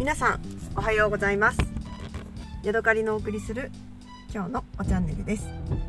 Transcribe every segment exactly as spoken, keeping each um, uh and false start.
皆さんおはようございます。ヤドカリのお送りする今日のおチャンネルです。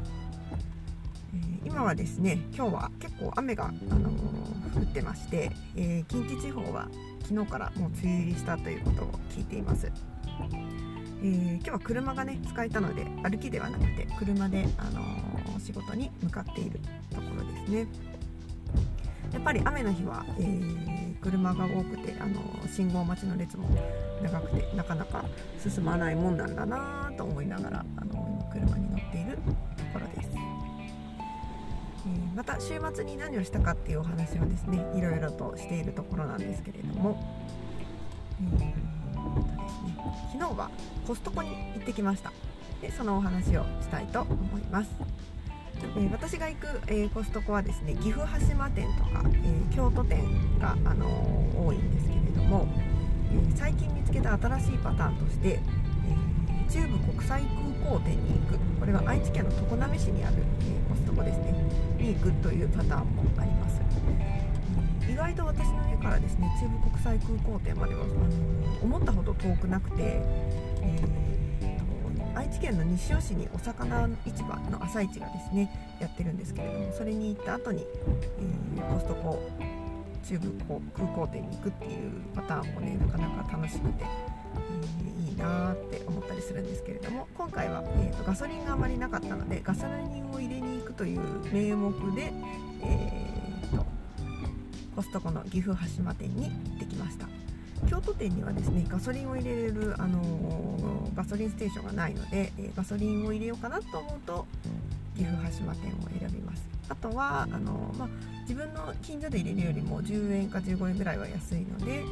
えー、今はですね今日は結構雨が、あのー、降ってまして、えー、近畿地方は昨日からもう梅雨入りしたということを聞いています。えー、今日は車がね使えたので歩きではなくて車で、あのー、仕事に向かっているところですね。やっぱり雨の日は、えー、車が多くて、あのー、信号待ちの列も長くてなかなか進まないもんなんだなと思いながら、あのー、今車に乗っているところです。えー、また週末に何をしたかっていうお話をですねいろいろとしているところなんですけれども、えーとですね、昨日はコストコに行ってきました。でそのお話をしたいと思います。えー、私が行く、えー、コストコはですね岐阜羽島店とか、えー、京都店が、あのー、多いんですけれども、えー、最近見つけた新しいパターンとして、えー、中部国際空港店に行く、これは愛知県の常滑市にある、えー、コストコですねに行くというパターンもあります。えー、意外と私の家からですね中部国際空港店までは、あのー、思ったほど遠くなくて、えー愛知県の西尾市にお魚市場の朝市がですねやってるんですけれども、それに行った後に、えー、コストコ中部空港店に行くっていうパターンもねなかなか楽しくて、えー、いいなって思ったりするんですけれども、今回は、えーと、ガソリンがあまりなかったのでガソリンを入れに行くという名目で、えーと、コストコの岐阜羽島店に行ってきました。京都店にはですねガソリンを入れれる、あのー、ガソリンステーションがないので、えー、ガソリンを入れようかなと思うと岐阜羽島店を選びます。あとはあのーまあ、自分の近所で入れるよりもじゅうえんかじゅうごえんぐらいは安いので、え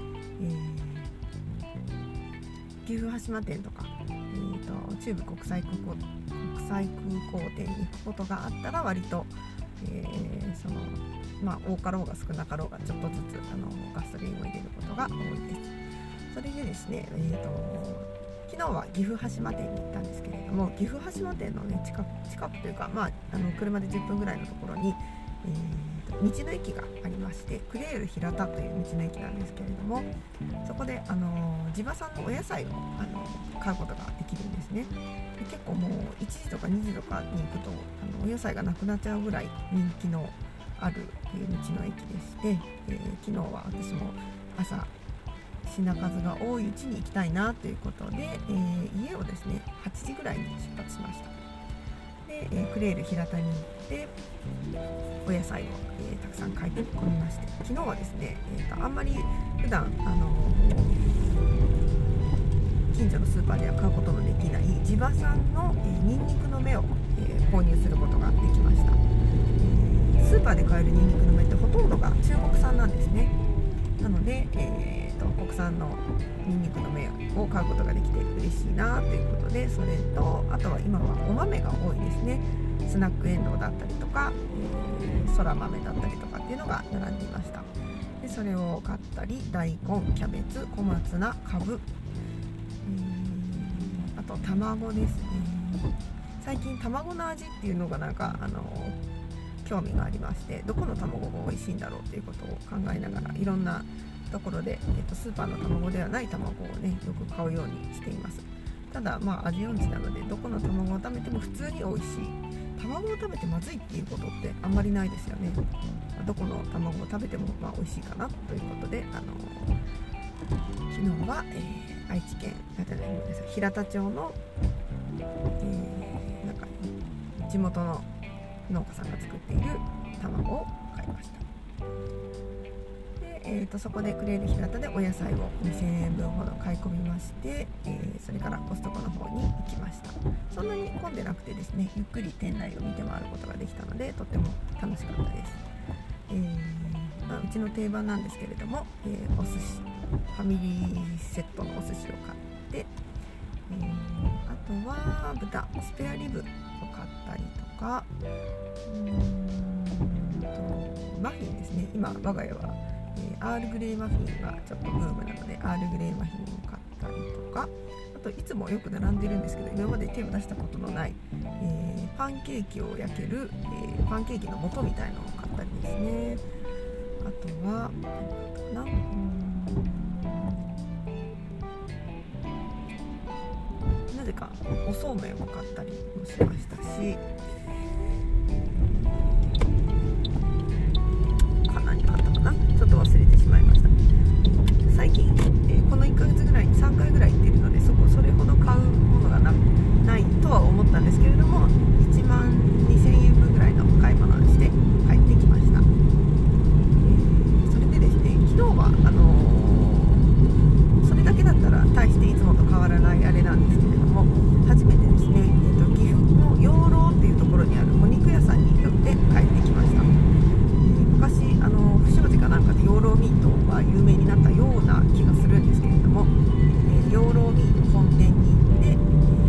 ー、岐阜羽島店とか、えー、と中部国際空港、国際空港店に行くことがあったら割と、えー、そのまあ、多かろうが少なかろうがちょっとずつあのガソリンを入れることが多いです。それでですね、えー、と昨日は岐阜羽島店に行ったんですけれども、岐阜羽島店の、ね、近く、近くというか、まあ、あの車でじゅっぷんぐらいのところに、えー、と道の駅がありまして、クレール平田という道の駅なんですけれども、そこであの地場産のお野菜をあの買うことができるんですね。で結構もういちじとかにじとかに行くとあのお野菜がなくなっちゃうぐらい人気のある道の駅でして、えー、昨日は私も朝品数が多いうちに行きたいなということで、えー、家をですねはちじぐらいに出発しました。で、えー、クレール平田に行ってお野菜を、えー、たくさん買い込みまして、昨日はですね、えー、とあんまり普段、あのー、近所のスーパーでは買うことのできない地場産の、えー、ニンニクの芽を、えー、購入することができました。スーパーで買えるニンニクの芽ってほとんどが中国産なんですね。なので、えー、と国産のニンニクの芽を買うことができて嬉しいなということで、それとあとは今はお豆が多いですね。スナックエンドウだったりとか、えー、そら豆だったりとかっていうのが並んでいました。でそれを買ったり、大根、キャベツ、小松菜、かぶ、えー、あと卵ですね。最近卵の味っていうのがなんかあの興味がありまして、どこの卵が美味しいんだろうということを考えながらいろんなところで、えー、とスーパーの卵ではない卵をねよく買うようにしています。ただまあ味音痴なのでどこの卵を食べても普通に美味しい、卵を食べてまずいっていうことってあんまりないですよね。どこの卵を食べてもまあ美味しいかなということで、あのー、昨日は、えー、愛知県平田町の、えー、なんか地元の農家さんが作っている卵を買いました。で、えー、とそこでクレール平田でお野菜をにせんえんぶんほど買い込みまして、えー、それからコストコの方に行きました。そんなに混んでなくてですねゆっくり店内を見て回ることができたのでとっても楽しかったです。えーまあ、うちの定番なんですけれども、えー、お寿司ファミリーセットのお寿司を買って、えー、あとは豚スペアリブを買ったりとか、うーんとマフィンですね。今我が家は、えー、アールグレイマフィンがちょっとブームなのでアールグレイマフィンを買ったりとか、あといつもよく並んでるんですけど今まで手を出したことのない、えー、パンケーキを焼ける、えー、パンケーキの素みたいなのを買ったりですね。あとは何かな、うーんそうめんを買ったりもしましたし、か何買ったかな、ちょっと忘れてしまいました。最近、えー、このいっかげつぐらいにさんかいぐらい行ってるので、そこそれほど買うものが な, ないとは思ったんですけれども、いちまんにせんえんぶんぐらいの買い物をして帰ってきました。えー、それでですね、昨日はあのー、それだけだったら大していつもと変わらないあれなんですけれども、初めてですね、えー、と岐阜の養老っていうところにあるお肉屋さんに寄って帰ってきました。昔あの不祥事かなんかで養老ミートが有名になったような気がするんですけれども、えー、養老ミート本店に行って、えー、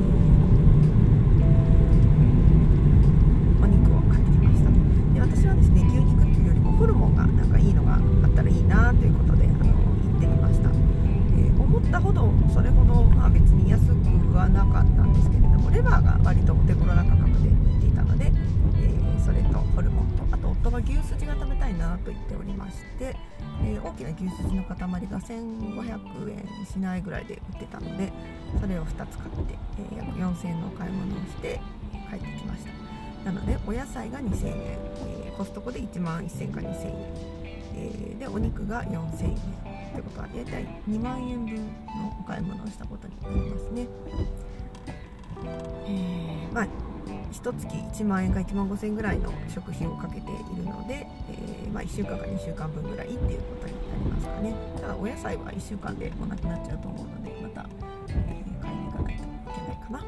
お肉を買ってきました。で、私はですね、牛肉っていうよりもホルモンがなんかいいのがあったらいいなということであの行ってみました。えー、思ったほどそれほど、まあ、別に安くはなかったんですけれども、レバーが割とお手頃な価格で売っていたので、えー、それとホルモンと、あと夫は牛すじが食べたいなと言っておりまして、えー、大きな牛すじの塊がせんごひゃくえんしないぐらいで売ってたので、それをふたつ買って、えー、約よんせんえんのお買い物をして帰ってきました。なのでお野菜がにせんえん、えー、コストコでいちまんせんえんかにせんえん、えー、でお肉がよんせんえんということはだいたいにまんえんぶんのお買い物をしたことになりますね。えー、まあいちがついちまんえんかいちまんごせんえんぐらいの食費をかけているので、えーまあ、いっしゅうかんかにしゅうかんぶんぐらいっていうことになりますかね。ただお野菜はいっしゅうかんでもうなくなっちゃうと思うので、また、えー、買いに行かないといけないかな。はい、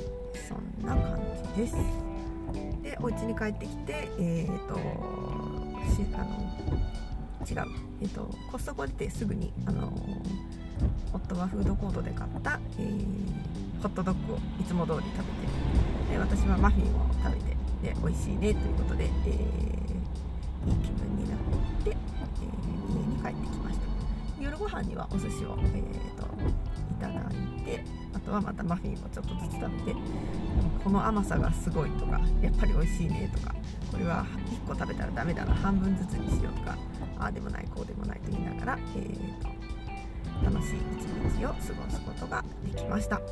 そんな感じです。で、お家に帰ってきて、えーとしあの違う、えーとコストコ出てすぐにあの夫はフードコートで買った、えー、ホットドッグをいつも通り食べて、で私はマフィンを食べて、で美味しいねということで、えー、いい気分になって、えー、家に帰ってきました。夜ご飯にはお寿司を、えー、といただいて、あとはまたマフィンをちょっとずつ食べて、この甘さがすごいとか、やっぱり美味しいねとか、これはいっこ食べたらダメだな、半分ずつにしようとか、ああでもないこうでもないと言いながら、えー、と楽しい一日を過ごすことができました。はい、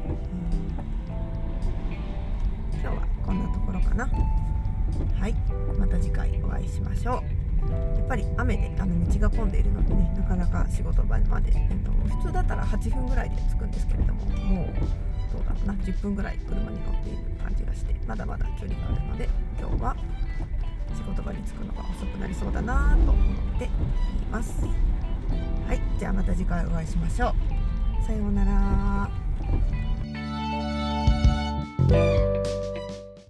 今日はこんなところかな。はい、また次回お会いしましょう。やっぱり雨であの道が混んでいるのでね、なかなか仕事場まで、えっと、普通だったらはちふんぐらいで着くんですけれども、もうどうだろうな、じゅっぷんぐらい車に乗っている感じがして、まだまだ距離があるので、今日は仕事場に着くのが遅くなりそうだなと思っています。はい、じゃあまた次回お会いしましょう。さようなら。